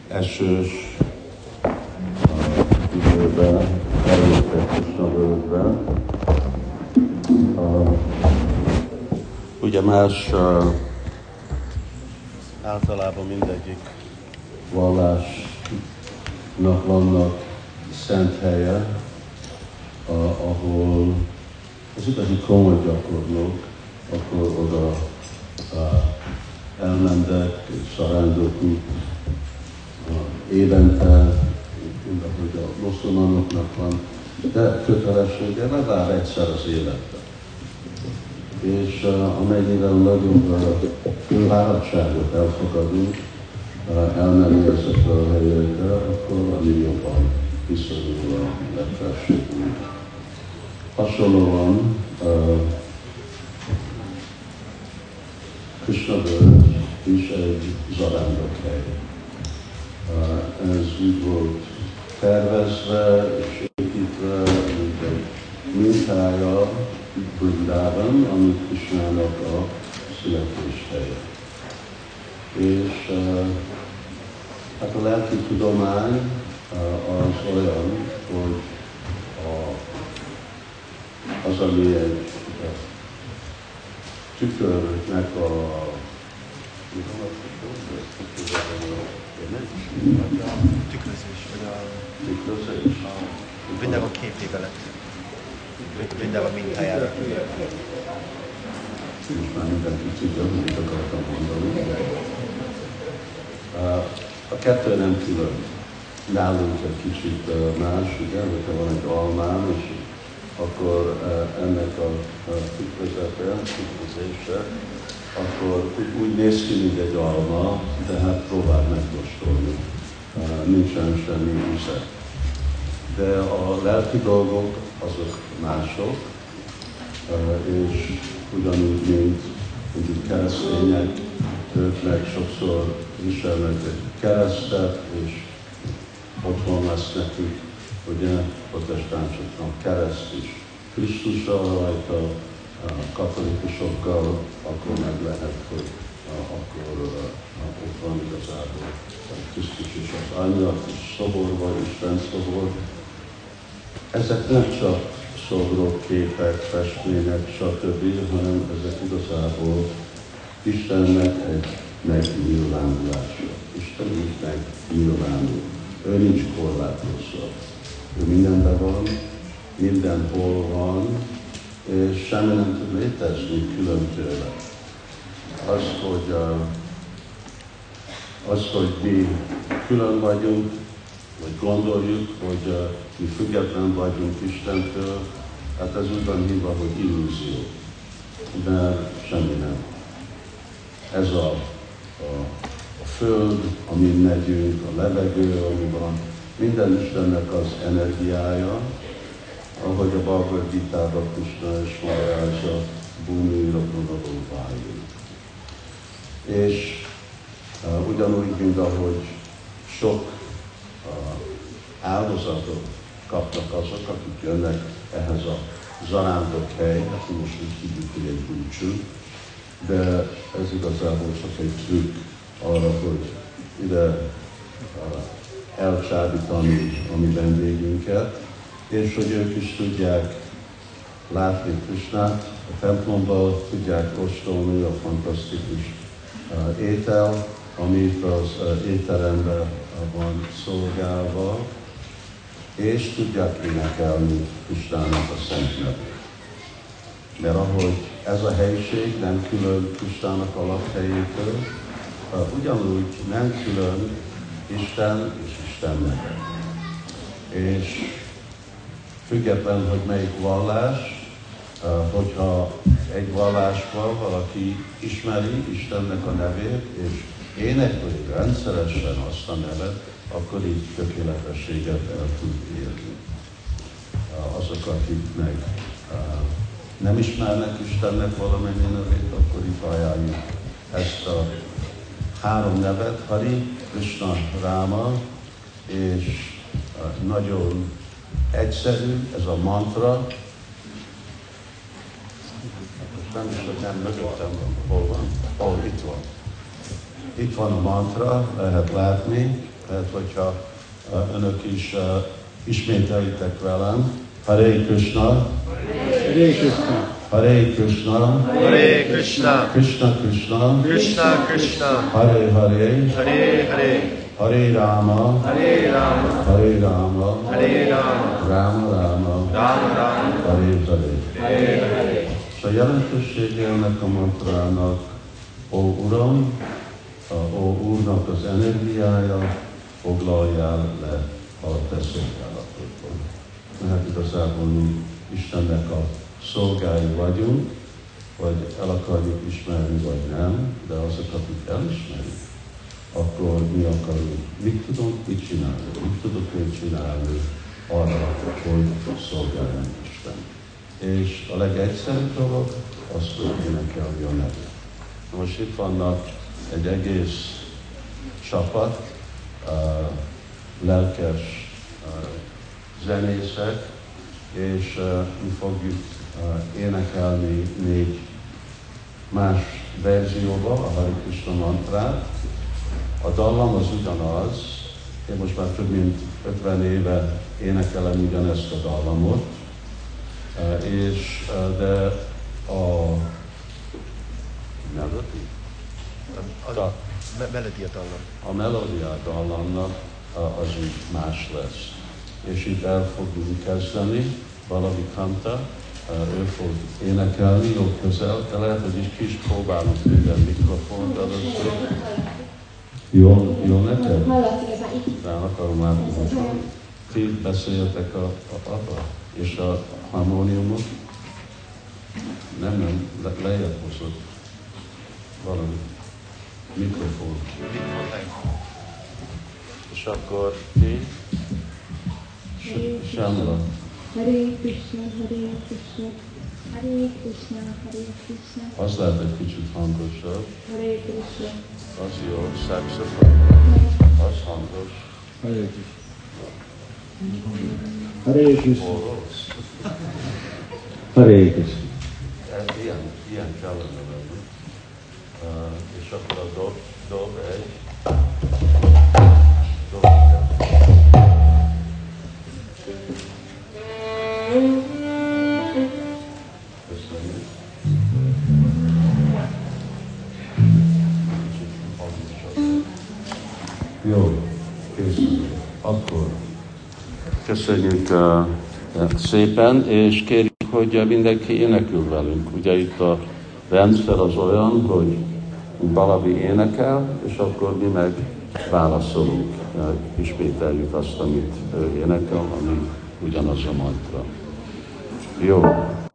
esős időben eljöttek Krishna völgybe. Ugye más általában mindegyik vallásnak vannak szent helye, ahol az igazi komoly gyakorlók, akkor oda elmentek, és zarándokuk évente, mint ahogy a muszlimánoknak van, de kötelessége legalább egyszer az életben. És amennyivel nagyobb fáradtságot elfogadunk, elmenni ezekre a helyekre, akkor annyi jobban viszonyul a legfelsőbb. Hasonlóan Krishna völgy is egy zarándokhely. Ez úgy volt tervezve és építve, mint egy mintája Vrindában, ami Krishnának a születéshelye. És hát a lelki tudomány az olyan, hogy az, ami egy tükörnek a tükrözés, vagy a tükrözés. Vrindában képébe lett. Vrindában mintájára. Most már mindenki tudja, mit akartam mondani. A kettő nem külön. Nálunk egy kicsit más, ugye, hogyha van egy almám, és akkor ennek a tükrözése, akkor úgy néz ki, mint egy alma, de hát próbáld megkóstolni. Nincsen semmi íze. De a lelki dolgok azok mások, és ugyanúgy, mint mondjuk keresztények, ők meg sokszor viselnek egy keresztet, és otthon lesz nekük, ugye, protestánsoknak kereszt is Krisztussal rajta, katolikusokkal, akkor meg lehet, hogy akkor ott van igazából Krisztus és az Anya, és szoborban, Isten szobor. Ezek nem csak szobrok, képek, festmények, stb., hanem ezek igazából Istennek egy megnyilvánulása. Isten így megnyilvánul. Ő nincs korlátozva. Ő mindenben van, mindenhol van, és semmi nem tud létezni külön tőle. Az, hogy mi külön vagyunk, vagy gondoljuk, hogy mi független vagyunk Istentől, hát ez úgy van hívva, hogy illúzió. De semmi nem. Ez a föld, amin megyünk, a levegő, ami van, minden Istennek az energiája, ahogy a Bhagavad Gita-ban Krishna és Maharaja Bhumi Raghunató vágyunk. És ugyanúgy, mint ahogy sok áldozatot kapnak azok, akik jönnek ehhez a zarándokhely, hát most úgy hívjuk, hogy egy búcsú, de ez igazából csak egy trükk arra, hogy ide elcsábítani a mi vendégünket, és hogy ők is tudják látni Krishnát a templomban, tudják kóstolni a fantasztikus étel, amit az étteremben van szolgálva, és tudják énekelni Krishnának a szent nevét. Mert ahogy ez a helység nem külön Krishnának a lakhelyétől, ugyanúgy nem külön Isten és Isten neve. És független, hogy melyik vallás, hogyha egy vallásban valaki ismeri Istennek a nevét, és énekli rendszeresen azt a nevet, akkor így tökéletességet el tud érni. Azok, akik meg nem ismernek Istennek valamennyi nevét, akkor itt ajánljuk ezt a 3 nevet, Hari, Krishna, Ráma, és nagyon egyszerű ez a mantra. Nem is, hogy nem mögöttem van. Hol van? Itt van. Itt van a mantra, lehet látni. mert hogyha önök is ismételjétek velem, Hare Krishna, Hare Krishna, Hare Krishna, Hare Krishna, Krishna Krishna, Krishna Krishna, Hare Hare, Hare Hare, Hare Rama, Hare Rama, Hare Rama, Hare Rama, Rama Rama, Rama Rama, Hare Hare. Hare Hare. És a jelentősége ennek a mantrának, ó Uram, ó Úrnak az energiája, foglaljál le a te szolgálatodban. Mert igazából mi Istennek a szolgái vagyunk, vagy el akarjuk ismerni, vagy nem, de azok, akik elismerik, akkor mi akarunk, mit tudunk mit csinálni, mit tudok én csinálni arra, hogy szolgáljunk Isten. És a legegyszerűbb dolog az, hogy énekelni a nevét. Most itt vannak egy egész csapat, lelkes zenészek, és mi fogjuk énekelni még más verzióba a Hare Krishna mantrát. A dallam az ugyanaz, én most már több mint 50 éve énekelem ugyanezt a dallamot, de a melody, Melódia dallam. a melódia dallamnak az úgy más lesz. És itt el fogunk kezdeni, valami kanta, ő fog énekelni, jó közel, de lehet, hogy is ki is próbálunk minden mikrofont először. Jó neked? Nem akarom látni, hogy ti beszéljetek abba, és a harmóniumot. Nem, lejjebb hozott valami mikrofon. És akkor ti, Shamla. Hare Krishna, Hare Krishna, Hare Krishna, Hare Krishna. Az lehet egy kicsit hangosabb. Hare Krishna. Az jó, saxofon. Az hangos. Hare Krishna. Hare Krishna. Boros. Hare Krishna. Ilyen kellene lenni. És akkor a dob egy. Dob Köszönjük. Jó, készül. Akkor köszönjük szépen, és kérjük, hogy mindenki énekül velünk. Ugye itt a rendszer az olyan, hogy valami énekel, és akkor mi meg válaszolunk, ismételjük azt, amit ő énekel, ami ugyanaz a mantra. Jó.